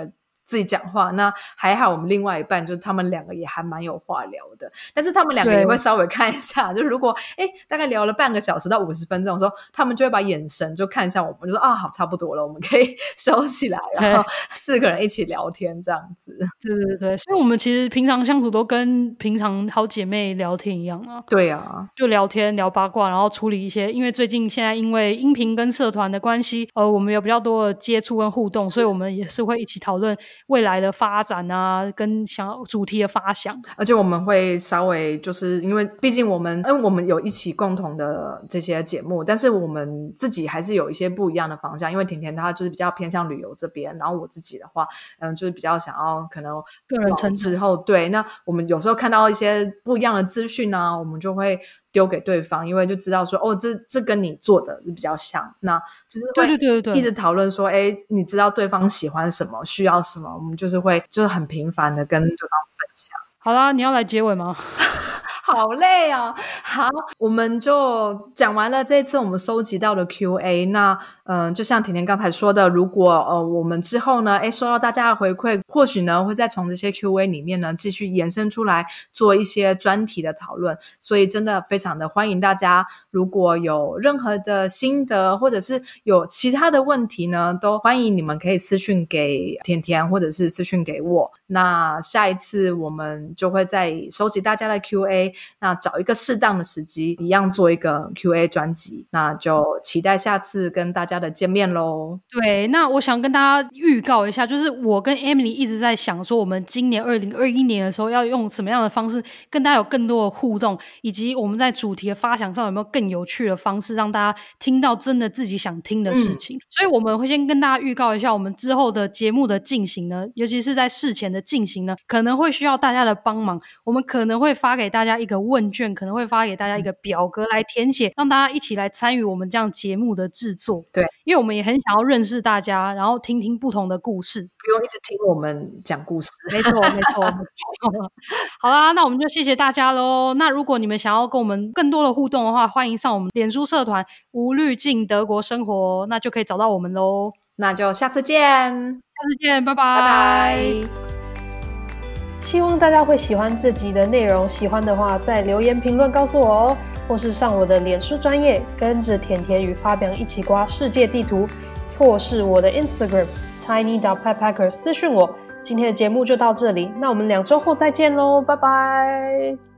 自己讲话，那还好我们另外一半就是他们两个也还蛮有话聊的，但是他们两个也会稍微看一下，就如果哎大概聊了半个小时到五十分钟的时候，他们就会把眼神就看向我们，就说啊好差不多了，我们可以收起来，然后四个人一起聊天这样子。 对对对，所以我们其实平常相处都跟平常好姐妹聊天一样啊。 对啊， 就聊天聊八卦，然后处理一些，因为最近现在因为音频跟社团的关系，呃，我们有比较多的接触跟互动，所以我们也是会一起讨论未来的发展啊，跟想要主题的发想。 而且我们会稍微就是因为毕竟我们因为我们有一起共同的这些节目，但是我们自己还是有一些不一样的方向，因为甜甜她就是比较偏向旅游这边，然后我自己的话嗯，就是比较想要可能个人成长之后，对，那我们有时候看到一些不一样的资讯啊，我们就会丢给对方，因为就知道说哦这这跟你做的比较像，那就是会对对对对， 一直讨论说哎，你知道对方喜欢什么需要什么，我们就是会就是很频繁的跟对方分享。 好啦，你要来结尾吗？ 好累啊！好，我们就讲完了这一次我们收集到的 Q A。 那嗯、呃，就像甜甜刚才说的，如果呃我们之后呢，诶收到大家的回馈，或许呢会再从这些 Q A 里面呢继续延伸出来做一些专题的讨论。所以真的非常的欢迎大家，如果有任何的心得或者是有其他的问题呢，都欢迎你们可以私讯给甜甜或者是私讯给我。那下一次我们就会再收集大家的 Q A， 那找一个适当的时机一样做一个 Q A 专辑，那就期待下次跟大家的见面咯。 对，那我想跟大家预告一下，就是我跟 Emily 一直在想说我们今年二零二一年的时候要用什么样的方式跟大家有更多的互动，以及我们在主题的发想上有没有更有趣的方式让大家听到真的自己想听的事情、嗯、所以我们会先跟大家预告一下我们之后的节目的进行呢，尤其是在事前的进行呢，可能会需要大家的帮忙，我们可能会发给大家一个问卷，可能会发给大家一个表格来填写，让大家一起来参与我们这样节目的制作。 对， 因为我们也很想要认识大家，然后听听不同的故事， 不用一直听我们讲故事。 没错没错没错。好啦，那我们就谢谢大家咯。那如果你们想要跟我们更多的互动的话，欢迎上我们脸书社团无滤镜德国生活，那就可以找到我们咯。 那就下次见， 下次见，拜拜拜拜。 希望大家会喜欢这集的内容，喜欢的话在留言评论告诉我哦，或是上我的脸书专页跟着甜甜与发表一起刮世界地图，或是我的 Instagram tiny dot petpacker 私讯我。今天的节目就到这里，那我们两周后再见咯，拜拜。